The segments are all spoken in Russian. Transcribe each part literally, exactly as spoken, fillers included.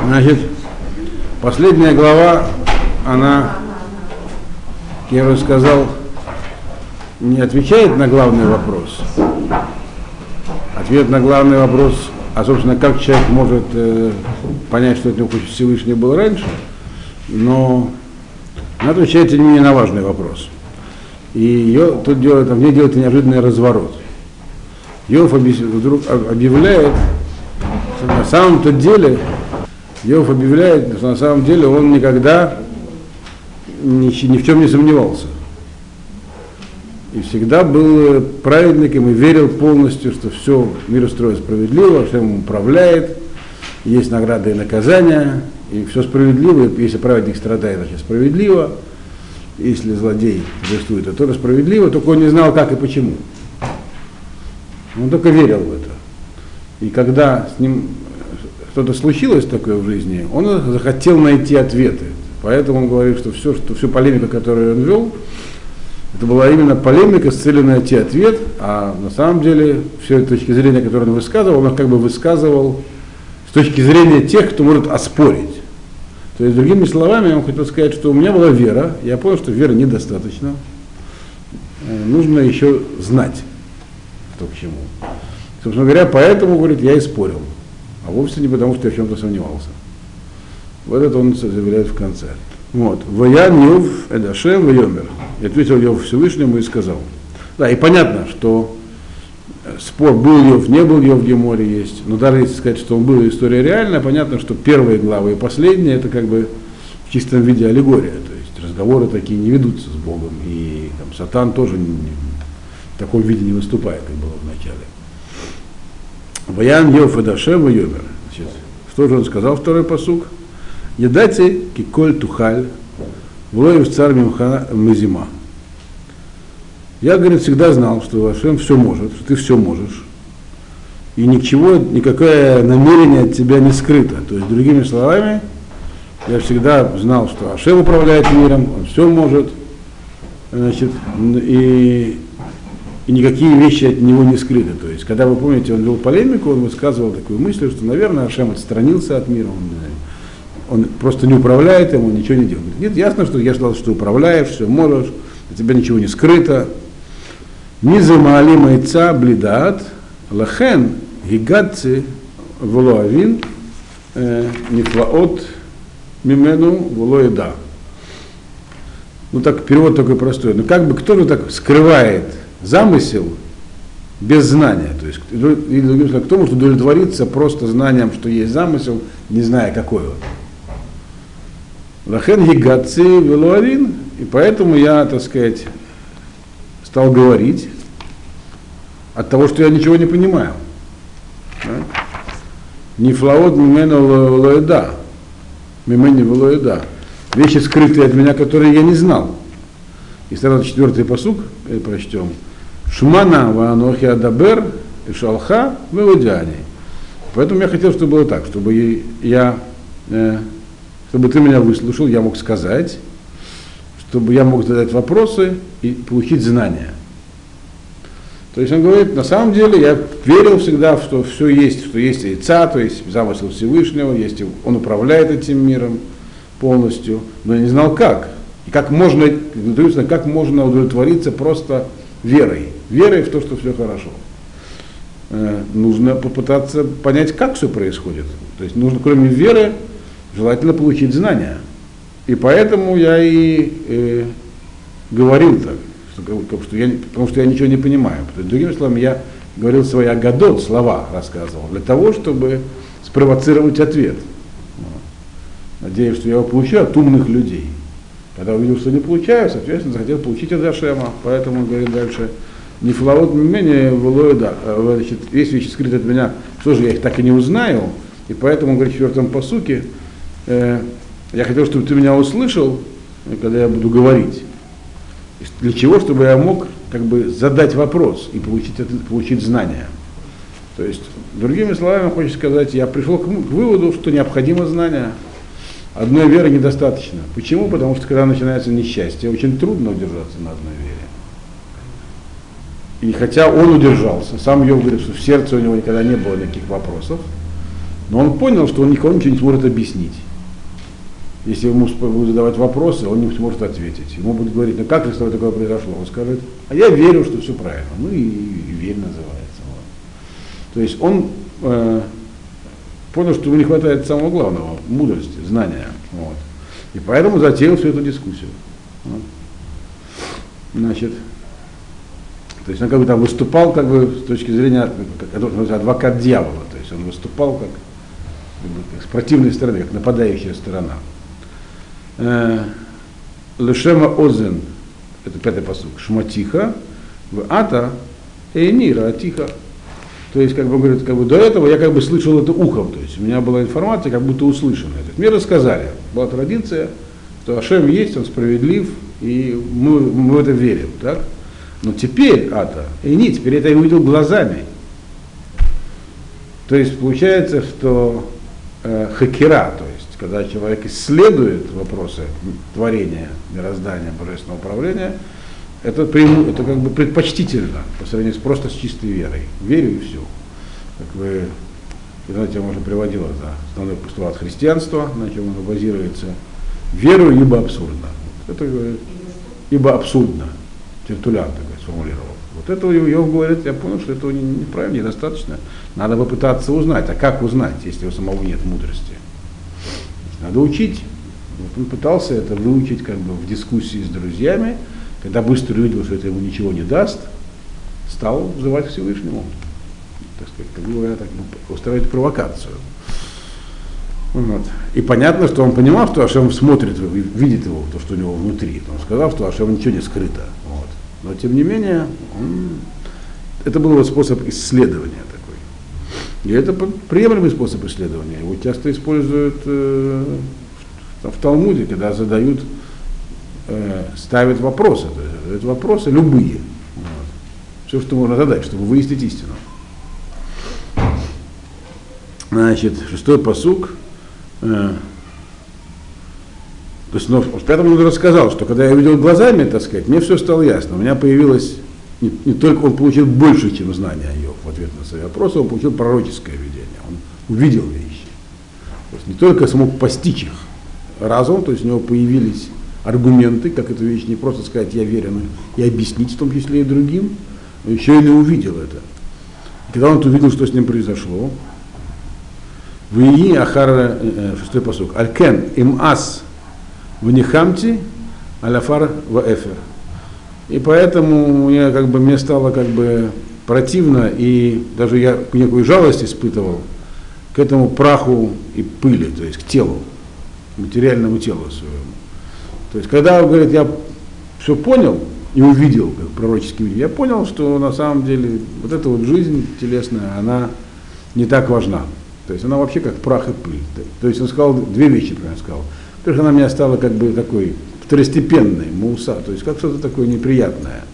Значит, последняя глава, она, я уже сказал, не отвечает на главный вопрос. Ответ на главный вопрос, а собственно, как человек может э, понять, что от него хочет Всевышний был раньше, но она отвечает, тем не менее, на важный вопрос. И ее тут делает, в ней делает неожиданный разворот. Йов вдруг объявляет, что на самом-то деле, Йов объявляет, что на самом деле он никогда ни, ни в чем не сомневался. И всегда был праведником и верил полностью, что все мир устроен справедливо, что ему управляет, есть награды и наказания, и все справедливо, если праведник страдает, значит справедливо, если злодей существует, то тоже справедливо, только он не знал, как и почему. Он только верил в это. И когда с ним что-то случилось такое в жизни, он захотел найти ответы. Поэтому он говорит, что, все, что всю полемику, которую он вел, это была именно полемика с целью найти ответ, а на самом деле все это точки зрения, которые он высказывал, он как бы высказывал с точки зрения тех, кто может оспорить. То есть, другими словами, он хотел сказать, что у меня была вера, я понял, что веры недостаточно, нужно еще знать, что к чему. Собственно говоря, поэтому, говорит, я и спорил, а вовсе не потому, что я в чем-то сомневался. Вот это он заявляет в конце. Вот. Ваян Йов Эдашем Вайомер. И ответил Йов Всевышнему и сказал. Да, и понятно, что спор, был Йов, не был Йов, в Геморе есть, но даже если сказать, что он был, история реальная, понятно, что первые главы и последние, это как бы в чистом виде аллегория, то есть разговоры такие не ведутся с Богом, и там, Сатан тоже не, не, в таком виде не выступает, как было в начале. Ваян Йов Эдашем Вайомер. Что же он сказал, второй пасук? Едати киколь тухаль, влоев царь мимха мезима. Я, говорит, всегда знал, что Ашем все может, что ты все можешь. И ничего, никакое намерение от тебя не скрыто. То есть, другими словами, я всегда знал, что Ашем управляет миром, он все может, значит, и, и никакие вещи от него не скрыты. То есть, когда вы помните, он вел полемику, он высказывал такую мысль, что, наверное, Ашем отстранился от мира, он, он просто не управляет ему, ничего не делает. Нет, ясно, что я знал, что ты управляешь, все можешь, от тебя ничего не скрыто. Низа маали майца блидат, лахен гигадцы волоавин нефлаот мимену волоеда. Ну так, перевод такой простой. Ну как бы кто же так скрывает замысел без знания? То есть, или другим словом, кто может удовлетвориться просто знанием, что есть замысел, не зная какой он? Лахен гигадцы волоавин, и поэтому я, так сказать, стал говорить от того, что я ничего не понимаю. Нифлаот мимена лоеда. Мимени лоеда. Вещи, скрытые от меня, которые я не знал. И сразу четвертый пасук прочтем. Шмана ваанохи адабер и шалха выводяне. Поэтому я хотел, чтобы было так, чтобы я, чтобы ты меня выслушал, я мог сказать, чтобы я мог задать вопросы и получить знания. То есть он говорит, на самом деле я верил всегда, что все есть, что есть яйца, то есть замысел Всевышнего, есть, он управляет этим миром полностью, но я не знал как. И как можно, как можно удовлетвориться просто верой, верой в то, что все хорошо. Э, нужно попытаться понять, как все происходит. То есть нужно, кроме веры, желательно получить знания. И поэтому я и э, говорил так, что, что я, потому что я ничего не понимаю. Другими словами, я говорил свои агадот, слова рассказывал, для того, чтобы спровоцировать ответ. Надеюсь, что я его получу от умных людей. Когда увидел, что не получаю, соответственно, захотел получить от Ашема. Поэтому он говорит дальше, не флавот менее волоида, значит, есть вещи скрыты от меня, что же я их так и не узнаю. И поэтому он говорит в четвертом пасуке, э, я хотел, чтобы ты меня услышал, когда я буду говорить. Для чего? Чтобы я мог как бы задать вопрос и получить, получить знания. То есть, другими словами, хочется сказать, я пришел к, к выводу, что необходимо знание. Одной веры недостаточно. Почему? Потому что когда начинается несчастье, очень трудно удержаться на одной вере. И хотя он удержался, сам Йов говорит, что в сердце у него никогда не было никаких вопросов, Но он понял, что он никому ничего не сможет объяснить. Если ему будут задавать вопросы, он не сможет ответить. Ему будут говорить, ну как же с тобой такое произошло? Он скажет, а я верю, что все правильно. Ну и, и верь называется. Вот. То есть он э, понял, что ему не хватает самого главного, мудрости, знания. Вот. И поэтому затеял всю эту дискуссию. Вот. Значит, то есть он как бы там выступал как бы с точки зрения адвокат дьявола. То есть он выступал как, как, бы, как с противной стороны, как нападающая сторона. Лешема озен, это пятый пасук, шматиха, в ата эйнира атиха. То есть, как бы говорит, как бы до этого я как бы слышал это ухом, то есть у меня была информация, как будто услышанная. То есть, мне рассказали, была традиция, что Ашем есть, он справедлив, и мы, мы в это верим, так? Но теперь ата эйни, теперь это я увидел глазами. То есть получается, что э, хакера, то есть когда человек исследует вопросы творения, мироздания, божественного управления, это, преиму, это как бы предпочтительно по сравнению с просто с чистой верой. Верю и все. Как вы, знаете, я уже приводил это основной постулат христианства, на чем оно базируется. Верую, ибо абсурдно. Это ибо абсурдно. Тертулян такой сформулировал. Вот это Иов говорит, я понял, что это неправильно, недостаточно. Надо попытаться узнать. А как узнать, если у самого нет мудрости? Надо учить. Вот он пытался это выучить как бы в дискуссии с друзьями, когда быстро увидел, что это ему ничего не даст, стал взывать к Всевышнему. Так сказать, как говоря, так, устраивать провокацию. Вот. И понятно, что он понимал, что Ашем смотрит, видит его, то, что у него внутри. Он сказал, что Ашем ничего не скрыто. Вот. Но тем не менее, он... это был его способ исследования такой. И это приемлемый способ исследования. Его часто используют э, в, в Талмуде, когда задают, э, ставят вопросы. То есть, задают вопросы любые. Вот. Все, что можно задать, чтобы выяснить истину. Значит, шестой пасук. Э, то есть, ну, в пятом он рассказал, что когда я увидел глазами, так сказать, мне все стало ясно. У меня появилось, не, не только он получил больше, чем знания Иов в ответ на свои вопросы, он получил пророческое видение. Он увидел вещи. То есть не только смог постичь их разум, то есть у него появились аргументы, как эту вещь не просто сказать «я верен» и объяснить, в том числе и другим, но еще и увидел это. И когда он увидел, что с ним произошло, в Ии Ахар, шестой пасук, Алькен им ас в Нихамти, аляфар в эфер. И поэтому мне, как бы, мне стало как бы противно, и даже я некую жалость испытывал к этому праху и пыли, то есть к телу, материальному телу своему. То есть когда он говорит, я все понял и увидел, как пророческий видение, я понял, что на самом деле вот эта вот жизнь телесная, она не так важна. То есть она вообще как прах и пыль. То есть он сказал две вещи, правильно сказал. Во-первых, она меня стала как бы такой второстепенной, муса, то есть как что-то такое неприятное.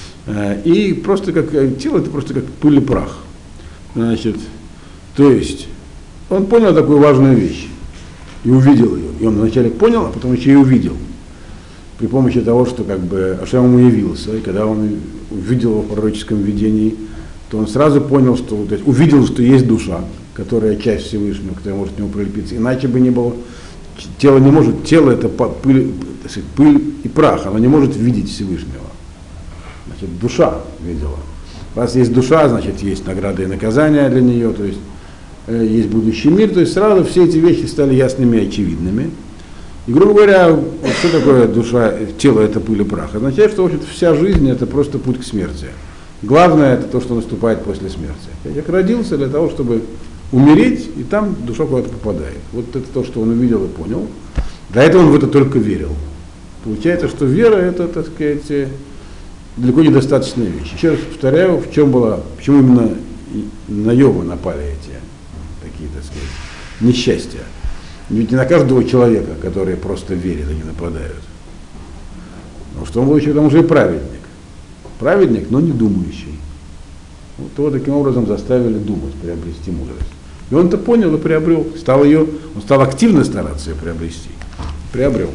И просто как тело, это просто как пыль и прах. Значит, то есть он понял такую важную вещь и увидел ее. И он вначале понял, а потом еще и увидел. При помощи того, что как бы Ашем ему явился, и когда он увидел его в пророческом видении, то он сразу понял, что то есть, увидел, что есть душа, которая часть Всевышнего, которая может к нему прилепиться. Иначе бы не было. Тело не может, тело это пыль, пыль и прах, оно не может видеть Всевышнего. Значит, душа видела. Раз есть душа, значит, есть награды и наказания для нее, то есть э, есть будущий мир, то есть сразу все эти вещи стали ясными и очевидными. И, грубо говоря, что такое душа, тело это пыль и прах? Означает, что в общем, вся жизнь это просто путь к смерти. Главное это то, что наступает после смерти. Человек родился для того, чтобы умереть, и там душа куда-то попадает. Вот это то, что он увидел и понял. До этого он в это только верил. Получается, что вера это, так сказать, далеко недостаточная вещь. Еще раз повторяю, в чем была, почему именно на Иова напали эти такие, так сказать, несчастья. Ведь не на каждого человека, который просто верит, они нападают. Потому что он был еще к тому же и праведник. Праведник, но не думающий. Вот его таким образом заставили думать, приобрести мудрость. И он это понял и приобрел. Стал ее, он стал активно стараться ее приобрести. Приобрел.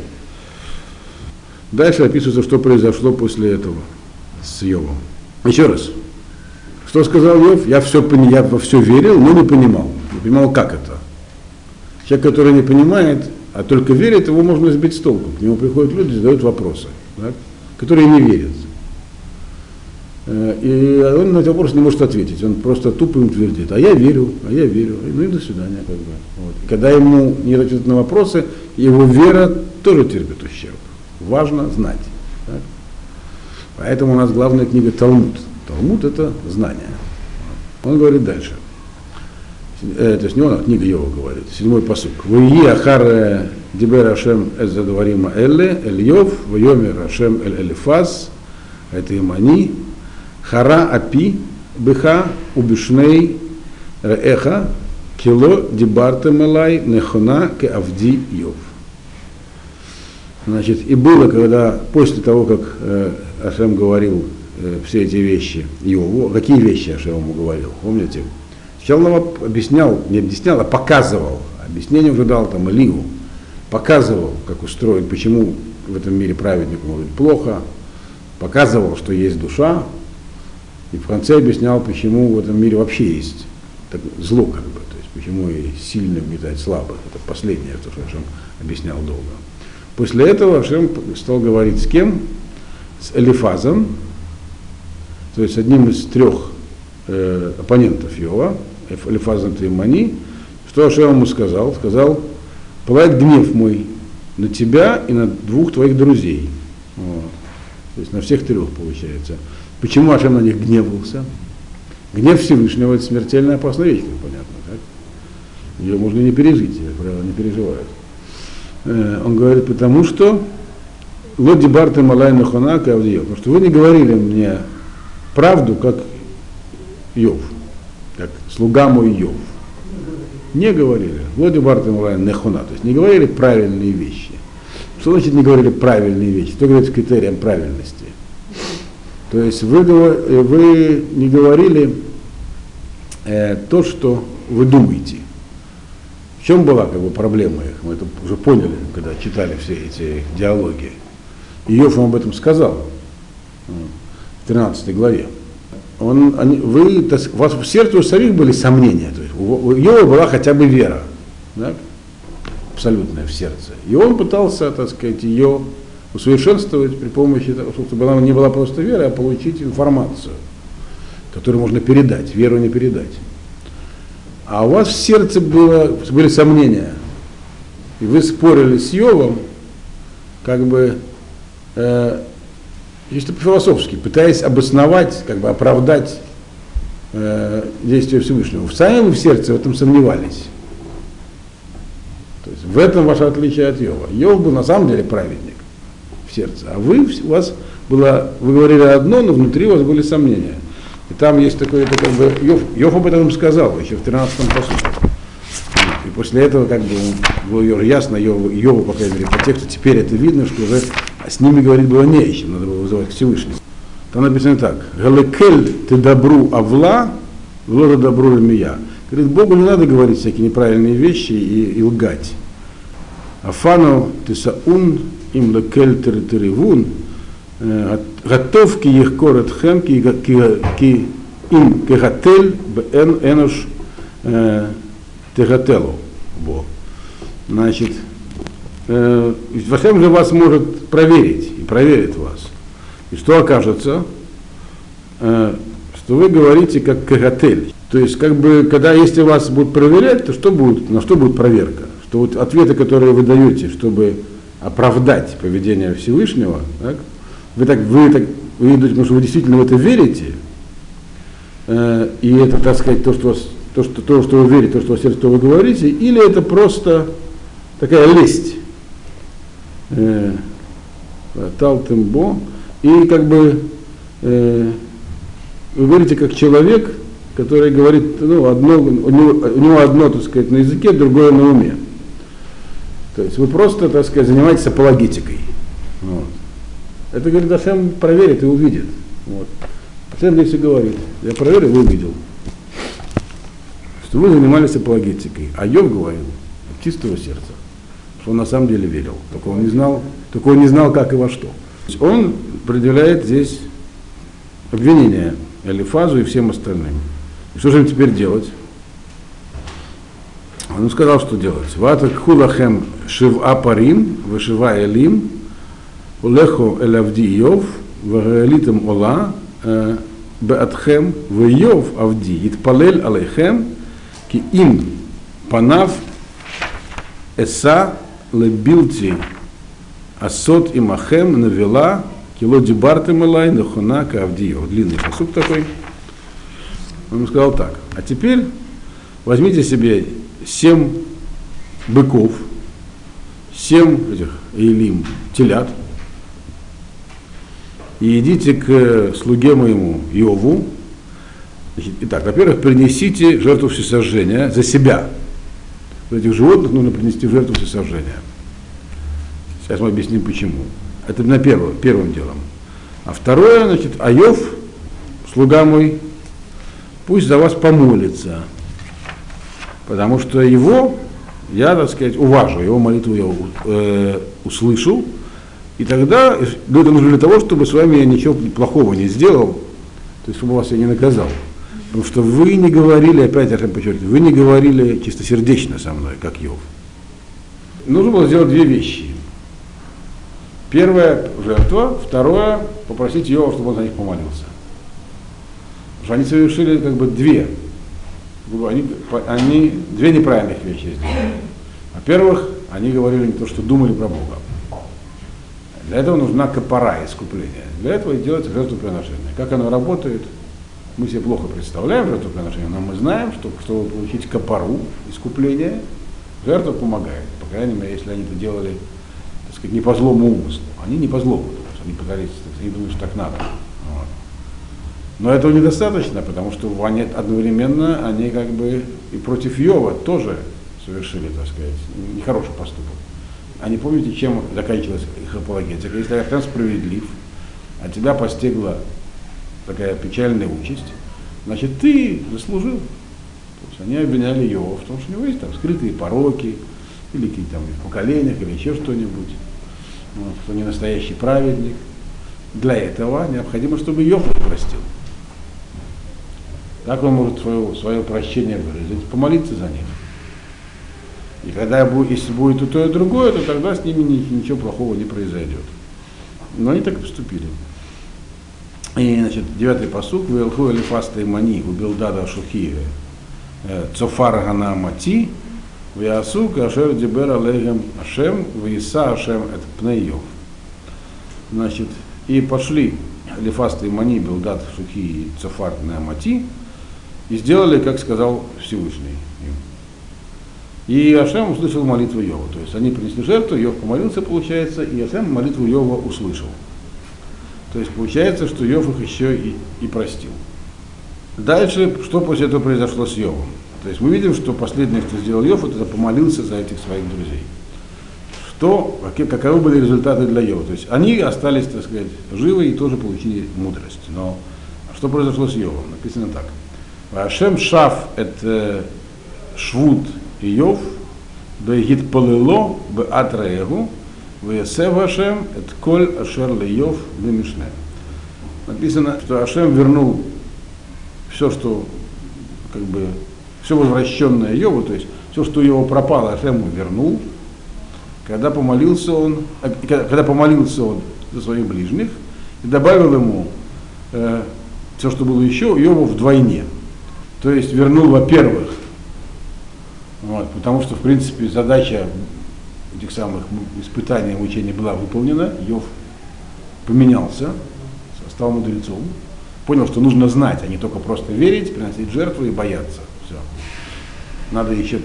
Дальше описывается, что произошло после этого с Иовом. Еще раз. Что сказал Иов? Я, все, я во все верил, но не понимал. Не понимал, как это. Человек, который не понимает, а только верит, его можно сбить с толку. К нему приходят люди, задают вопросы, да, которые не верят. И он на эти вопросы не может ответить, он просто тупо им твердит, а я верю, а я верю, ну и до свидания. Как бы. Вот. И когда ему не ответят на вопросы, его вера тоже терпит ущерб. Важно знать. Так? Поэтому у нас главная книга Талмуд. Талмуд — это знание. Он говорит дальше. Это то есть не он, а книга Йова говорит. Седьмой пасук. Ваи ахар дибер Ашем эзадварима элле эль Йов, вайомер Ашем эль Элифаз, это имани, хара апи быха убишней реэха кило дибарте мелай нехона ке авди Йов. Значит, и было, когда после того, как э, Ашем говорил э, все эти вещи Йову, какие вещи Ашем ему говорил, помните? Сначала он объяснял, не объяснял, а показывал. Объяснение уже дал там Илию. Показывал, как устроен, почему в этом мире праведнику может быть плохо. Показывал, что есть душа. И в конце объяснял, почему в этом мире вообще есть так, зло, как бы. То есть почему и сильно угнетает слабых. Это последнее, то, что Ашем объяснял долго. После этого Ашем стал говорить с кем? С Элифазом, то есть одним из трех э, оппонентов Йова, Элифазом Теймани. Что Ашем ему сказал? Сказал: пылает гнев мой на тебя и на двух твоих друзей. Вот. То есть на всех трех получается. Почему Ашем на них гневался? Гнев Всевышнего — это смертельная опасная вещь, как понятно. Так? Ее можно не пережить, как правило, не переживают. Он говорит, потому что Лоди Барты Малай Нахона Кавдиев, потому что вы не говорили мне правду, как Йов, как слуга мой Йов. Не говорили. Лоди Барты Малай Нахона, то есть не говорили правильные вещи. Что значит не говорили правильные вещи? Что говорит критерием правильности? То есть вы, вы не говорили э, то, что вы думаете. В чем была как бы проблема их? Мы это уже поняли, когда читали все эти диалоги. Иов вам об этом сказал в тринадцатой главе. Он, они, вы, у вас в сердце у самих были сомнения. То есть у Иова была хотя бы вера, да? Абсолютная в сердце. И он пытался, так сказать, ее усовершенствовать при помощи того, чтобы она не была просто вера, а получить информацию, которую можно передать. Веру не передать. А у вас в сердце было, были сомнения, и вы спорили с Йовом, как бы, э, чисто по-философски, пытаясь обосновать, как бы оправдать э, действия Всевышнего. Сами вы в сердце в этом сомневались. То есть в этом ваше отличие от Йова. Йов был на самом деле праведник в сердце, а вы, у вас было, вы говорили одно, но внутри у вас были сомнения. И там есть такое, это как бы, Йов, Йов об этом сказал еще в тринадцатом пасуке. И после этого, как бы, было ясно, Йову, Йову, по крайней мере, по тексту, теперь это видно, что уже с ними говорить было не о чем, надо было вызывать к Всевышнему. Там написано так: «Галекель ты добру авла, влода добру мия». Говорит, Богу не надо говорить всякие неправильные вещи и, и лгать. Афану ты саун им лекель теревун. Готовки их корот хем ки им кегатель бен энош тегателу. Значит, Вашем же вас может проверить и проверит вас. И что окажется, что вы говорите как кегатель. То есть, как бы, когда если вас будут проверять, то что будет, на что будет проверка? Что вот ответы, которые вы даете, чтобы оправдать поведение Всевышнего, так, Вы так, вы так, вы идете, потому что вы действительно в это верите, э, и это, так сказать, то, что, вас, то, что, то, что вы верите, то, что у вас сердце, то вы говорите, или это просто такая лесть. Талтембо. И как бы э, вы верите как человек, который говорит, ну, одно, у него, у него одно, так сказать, на языке, другое на уме. То есть вы просто, так сказать, занимаетесь апологетикой. Вот. Это, говорит, Ашем проверит и увидит. Вот. Ашем здесь и говорит, я проверил и увидел, что вы занимались апологетикой. А Йов говорил от чистого сердца, что он на самом деле верил, только он не знал, только он не знал, как и во что. Он предъявляет здесь обвинение Элифазу и всем остальным. И что же им теперь делать? Он сказал, что делать. Ватак хулахем шива парим, вышива элим, улехо элавди Йов, вагалитам ола, беатхем, вейов авди, итпалель алейхем, ки им панав эса лебилти асот имахем навела кило дибартем элай нахуна кавди Йов. Длинный посук такой. Он ему сказал так. А теперь возьмите себе семь быков, семь этих эйлим, телят, и идите к слуге моему Йову. Значит, итак, во-первых, принесите жертву всесожжения за себя. Этих животных нужно принести в жертву всесожжения. Сейчас мы объясним почему. Это на первое, первым делом. А второе, значит, а Йов, слуга мой, пусть за вас помолится. Потому что его, я, так сказать, уважу, его молитву я э, услышу, и тогда это нужно для того, чтобы с вами я ничего плохого не сделал, то есть чтобы вас я не наказал. Потому что вы не говорили, опять я подчеркиваю, вы не говорили чистосердечно со мной, как Йов. Нужно было сделать две вещи. Первое – жертва, второе – попросить Йова, чтобы он за них помолился. Потому что они совершили как бы две. Они, они две неправильных вещи сделали. Во-первых, они говорили не то, что думали про Бога. Для этого нужна капара, искупление. Для этого и делается жертвоприношение. Как оно работает, мы себе плохо представляем жертвоприношение, но мы знаем, что чтобы получить капару, искупление, жертва помогает. По крайней мере, если они это делали, так сказать, не по злому умыслу. Они не по злому, потому что они пытались, они думают, что так надо. Вот. Но этого недостаточно, потому что они одновременно, они как бы и против Йова тоже совершили, так сказать, нехороший поступок. А не помните, чем заканчивалась их апологетика? Если я справедлив, а тебя постигла такая печальная участь, значит, ты заслужил. То есть они обвиняли Йова в том, что у него есть там скрытые пороки, или какие-то там в поколениях, или еще что-нибудь, вот, что не настоящий праведник. Для этого необходимо, чтобы Йов их простил. Как он может свое, свое прощение выразить? Помолиться за них. И когда, если будет и то, и другое, то тогда с ними ничего плохого не произойдет. Но они так и поступили. И, значит, девятый пасук. Вэлху элифаста и мани убилдада шухи цофар гана мати вясу кашер дибер алейхем ашем виса ашем эт пнейов. Значит, и пошли элифаста и мани билдад шухи и цофар гана мати и сделали, как сказал Всевышний им. И Ашем услышал молитву Йова. То есть они принесли жертву, Йов помолился, получается, и Ашем молитву Йова услышал. То есть получается, что Йов их еще и, и простил. Дальше, что после этого произошло с Йовом? То есть мы видим, что последнее, что сделал Йов, это помолился за этих своих друзей. Что, каковы были результаты для Йова? То есть они остались, так сказать, живы и тоже получили мудрость. Но что произошло с Йовом? Написано так. Ашем шаф это швуд Йов, бегит полило, бе атраегу, весев Ашем, эт коль ашер ле Йов бемишне. Написано, что Ашем вернул все, что, как бы, все возвращенное Йову, то есть все, что у Йова пропало, Ашем ему вернул, когда помолился он, когда помолился он за своих ближних и добавил ему э, все, что было еще, Йову вдвойне. То есть вернул, во-первых, вот, потому что, в принципе, задача этих самых испытаний, мучений была выполнена, Йов поменялся, стал мудрецом, понял, что нужно знать, а не только просто верить, приносить жертву и бояться. Все. Надо еще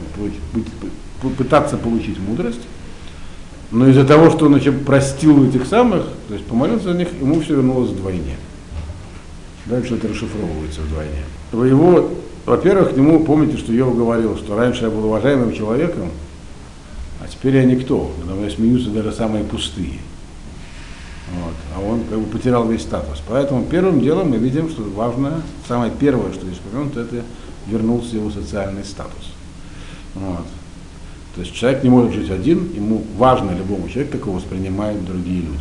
пытаться получить мудрость, но из-за того, что он еще простил этих самых, то есть помолился за них, ему все вернулось вдвойне. Дальше это расшифровывается вдвойне. Его, во-первых, к нему, помните, что Йов говорил, что раньше я был уважаемым человеком, а теперь я никто, надо мной смеются даже самые пустые. Вот. А он как бы потерял весь статус. Поэтому первым делом мы видим, что важно, самое первое, что здесь упомянуто, это вернулся его социальный статус. Вот. То есть человек не может жить один, ему важно любому человеку, как его воспринимают другие люди.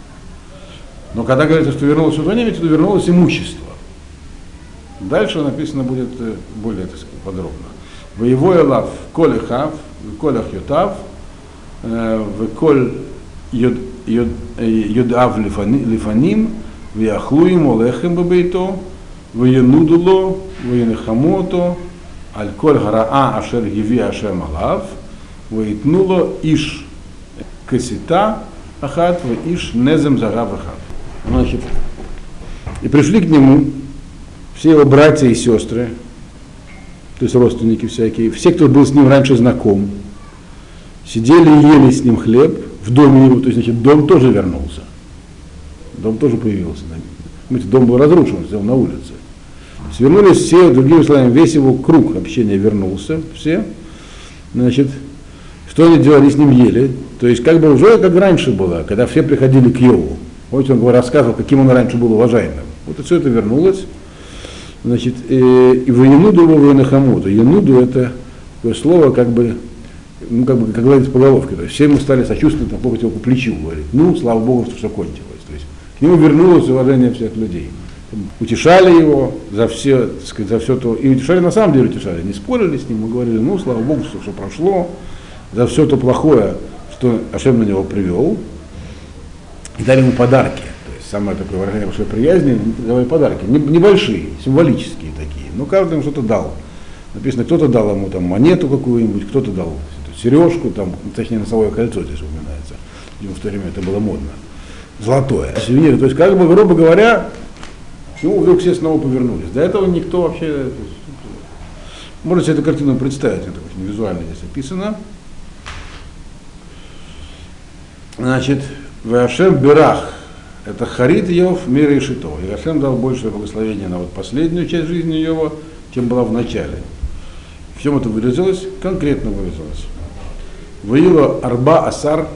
Но когда говорится, что вернулось вдвойне, имеется в виду вернулось имущество. Дальше написано будет более, так сказать, подробно. Воевой лав коль хав, коль ахютав, веколь юдав лифаним, вяхлу ему лехем бабейто, ваянудуло, ваянехамото, аль коль гараа ашер гиви ашем алав, ваитнуло иш касита ахат, ва иш незем загав ахат. Значит, и пришли к нему все его братья и сестры, то есть родственники всякие, все, кто был с ним раньше знаком, сидели и ели с ним хлеб в доме его, то есть, значит, дом тоже вернулся. Дом тоже появился. Видите, дом был разрушен, сделан на улице. Свернулись все, другими словами, весь его круг общения вернулся, все. Значит, что они делали, с ним ели. То есть, как бы уже как раньше было, когда все приходили к Йову. Вот он рассказывал, каким он раньше был уважаемым. Вот и все это вернулось. Значит, и, и в Януду его в Янахамуту. Януду это такое слово, как бы, ну, как бы, как говорится, по головке. То есть все ему стали сочувственно там, хлопать его по плечу, говорит, ну, слава Богу, что все кончилось. То есть к нему вернулось уважение всех людей. Утешали его за все, так сказать, за все то. И утешали, на самом деле утешали. Не спорили с ним, мы говорили, ну, слава Богу, что все прошло, за все то плохое, что Ашем на него привел. И дали ему подарки. Самое такое выражение большой приязни, давали подарки, небольшие, символические такие, но каждый ему что-то дал. Написано, кто-то дал ему там монету какую-нибудь, кто-то дал сережку, там, точнее носовое кольцо здесь упоминается, в то время это было модно, золотое. Сувениры, то есть, как бы, грубо говоря, к нему вдруг все снова повернулись. До этого никто вообще, можете эту картину представить, это очень визуально здесь описано. Значит, Вашем Бирах. Это Харит Йов, мир и Шито. И Ашем дал большее благословение на вот последнюю часть жизни его, чем была в начале. В чем это выразилось? Конкретно выразилось. Воила Арба Асар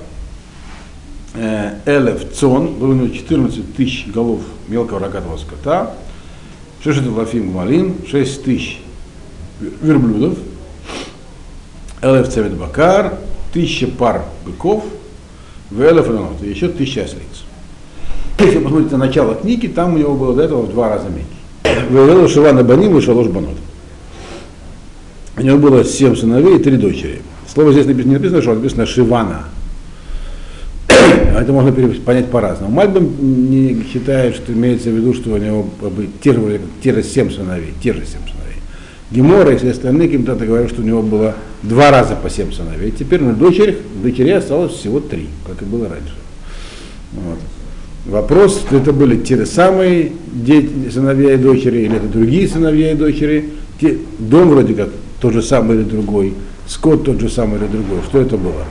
Элев Цон, было у него четырнадцать тысяч голов мелкого рогатого скота, шесть лафим малин, шесть тысяч верблюдов, Элев Цевет Бакар, тысяча пар быков, Велев Ранот, и еще тысяча ослиц. Если посмотрите на начало книги, там у него было до этого в два раза меньше. Вывел Шивана Баним и Шалош Банот. У него было семь сыновей и три дочери. Слово здесь написано, не написано, что написано Шивана. Это можно понять по-разному. Мальбим не считает, что имеется в виду, что у него те же, те же семь сыновей, те же семь сыновей. Гемора и все остальные комментаторы говорят, что у него было два раза по семь сыновей. Теперь на дочерях, дочерей осталось всего три, как и было раньше. Вот. Вопрос, это были те же самые дети, сыновья и дочери, или это другие сыновья и дочери, те, дом вроде как тот же самый или другой, скот тот же самый или другой, что это было?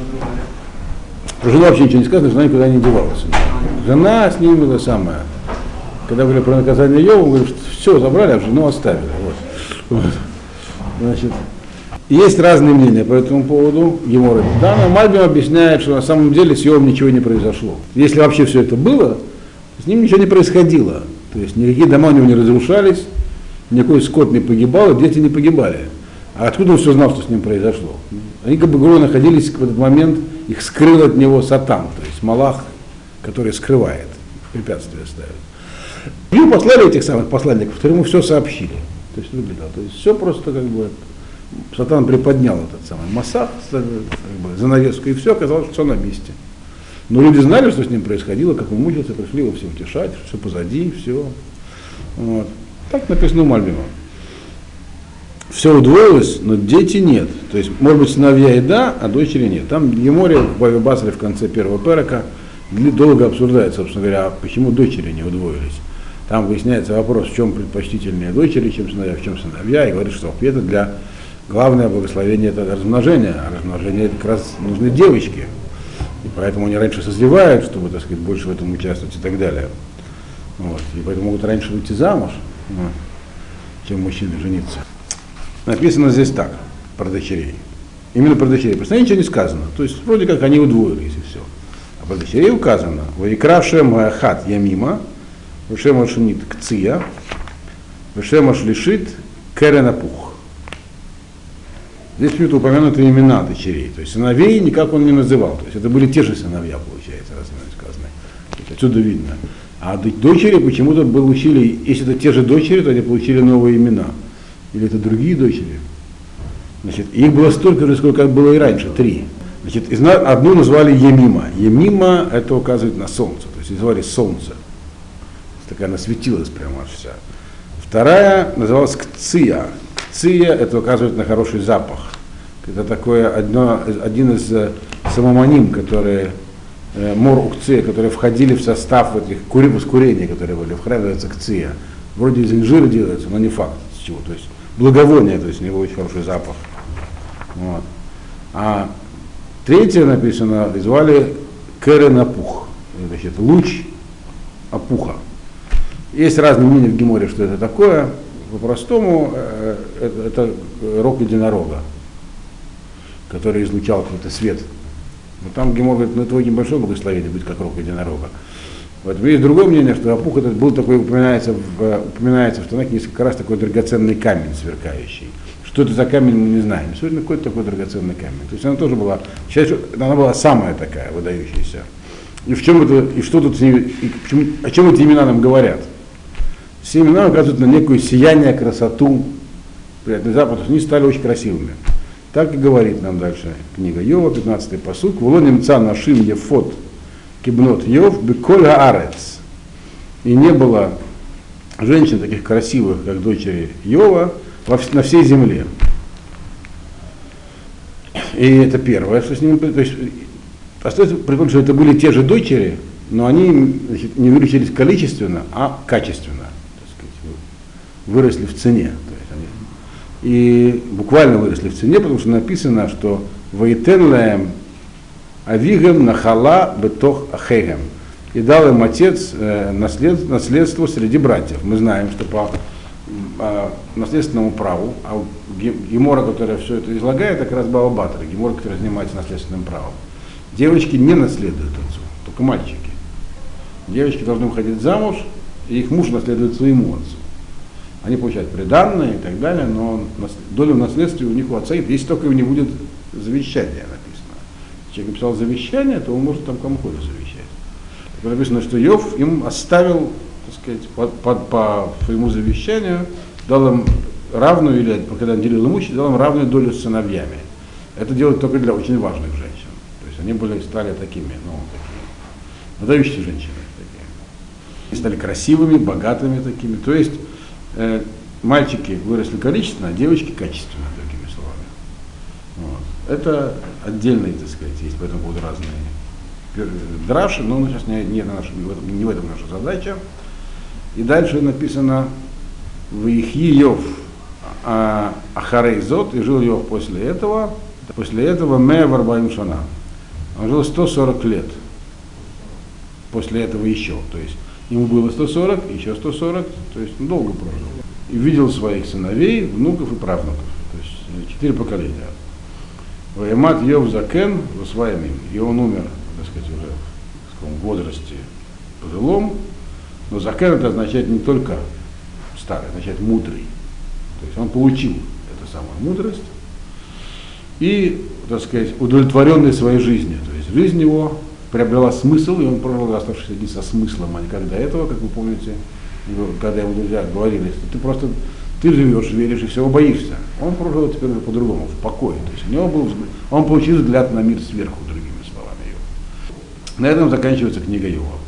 Про жену вообще ничего не сказано, жена никуда не девалась. Жена с ним была самая. Когда говорили про наказание Йова, он говорит, что все забрали, а жену оставили. Вот. Вот. Значит, есть разные мнения по этому поводу. Гемора. Да, но Мальбим объясняет, что на самом деле с Йовом ничего не произошло. Если вообще все это было, с ним ничего не происходило. То есть никакие дома у него не разрушались, никакой скот не погибал, дети не погибали. А откуда он все знал, что с ним произошло? Они как бы грубо находились в этот момент, их скрыл от него Сатан, то есть Малах, который скрывает, препятствия ставит. Ему послали этих самых посланников, которые ему все сообщили. То есть, то есть все просто как бы Сатан приподнял этот самый Масах, как бы, занавеску, и все оказалось, что все на месте. Но люди знали, что с ним происходило, как он мучился, пришли его все утешать, все позади, все. Вот. Так написано у Мальбима. Все удвоилось, но дети нет. То есть, может быть, сыновья и да, а дочери нет. Там Геморе в Баве Басре в конце первого перека долго обсуждает, собственно говоря, почему дочери не удвоились. Там выясняется вопрос, в чем предпочтительнее дочери, чем сыновья, в чем сыновья, и говорит, что это для главное благословение это размножение, а размножение это как раз нужны девочки. И поэтому они раньше созревают, чтобы, так сказать, больше в этом участвовать и так далее. Вот. И поэтому могут раньше выйти замуж, ну, чем мужчины жениться. Написано здесь так, про дочерей. Именно про дочерей. Просто ничего не сказано. То есть вроде как они удвоились и все. А про дочерей указано. Ваикра Шем Хат Ямима, Вешем Ашинит Кция, Вешем Ашлишит Керенапух. Здесь почему-то упомянуты имена дочерей. То есть сыновей никак он не называл. То есть это были те же сыновья, получается, раз сказано. Отсюда видно. А дочери почему-то получили, если это те же дочери, то они получили новые имена. Или это другие дочери? Значит, их было столько же, сколько было и раньше, три. Значит, одну назвали Емима. Емима это указывает на солнце, то есть называли солнце. Такая она светилась прямо аж вся. Вторая называлась Кция. Кция это указывает на хороший запах. Это такое одно, один из э, самомоним, которые э, мор укция, которые входили в состав этих кури, воскурений, которые были в храме, называется Кция. Вроде из инжира делается, но не факт с чего. То есть благовоние, то есть у него очень хороший запах. Вот. А третье написано, звали Керен Апух. Значит, луч опуха. Есть разные мнения в Геморе, что это такое. По-простому, э, это, это рог единорога, который излучал какой-то свет. Но там Гемор говорит, ну твое небольшое благословение будет как рог единорога. Вот есть другое мнение, что опух этот был такой, упоминается в, упоминается в Танаке несколько раз такой драгоценный камень сверкающий. Что это за камень, мы не знаем. Сегодня какой-то такой драгоценный камень. То есть она тоже была, она была самая такая выдающаяся. И в чем это, и что тут, и почему, о чем эти имена нам говорят? Все имена указывают на некое сияние, красоту, приятный запах, они стали очень красивыми. Так и говорит нам дальше книга Йова, пятнадцатый пасук. Вулоним ца нашим ефот кибнот Йов беколь аарец. И не было женщин таких красивых, как дочери Йова, на всей земле. И это первое, что с ними, то есть, остается при том, что это были те же дочери, но они, значит, не увеличились количественно, а качественно, так сказать, выросли в цене. То есть они, и буквально выросли в цене, потому что написано, что «Ваитен лаэм авигем нахала бетох ахегем». И дал им отец э, наслед, наследство среди братьев. Мы знаем, что по э, наследственному праву, а Гемора, которая все это излагает, как раз Баба Батра, Гемора, который занимается наследственным правом. Девочки не наследуют отцу, только мальчики. Девочки должны выходить замуж, и их муж наследует своему отцу. Они получают приданное и так далее, но доля в наследстве у них у отца, если только не будет завещания написано. Если человек написал завещание, то он может там кому хочет завещать. Так написано, что Йов им оставил, так сказать, по, по, по своему завещанию, дал им равную, или когда он делил имущество, дал им равную долю с сыновьями. Это делают только для очень важных женщин. То есть они были, стали такими, ну, такими, выдающиеся женщины. Они стали красивыми, богатыми такими. То есть э, мальчики выросли количественно, а девочки качественно, такими словами. Вот. Это отдельные, так сказать, есть по этому поводу разные драши, но сейчас не, не, наша, не, в этом, не в этом наша задача. И дальше написано «Ваихи Йов ахарей зот», и жил Йов после этого, после этого «Ме варбаим шана». Он жил сто сорок лет. После этого еще, то есть ему было сто сорок, еще сто сорок, то есть он долго прожил. И видел своих сыновей, внуков и правнуков, то есть четыре поколения. Ваимат Йов закен восваем им, и он умер, так сказать, уже в таком возрасте пожилом, но закен это означает не только старый, означает мудрый. То есть он получил эту самую мудрость и, так сказать, удовлетворенный своей жизнью. То есть жизнь его приобрела смысл, и он прожил оставшиеся дни со смыслом, а не как до этого, как вы помните, когда его друзья говорили, что ты просто, ты живешь, веришь и всего боишься. Он прожил теперь уже по-другому, в покое. То есть у него был, он получил взгляд на мир сверху, другими словами. На этом заканчивается книга Йова.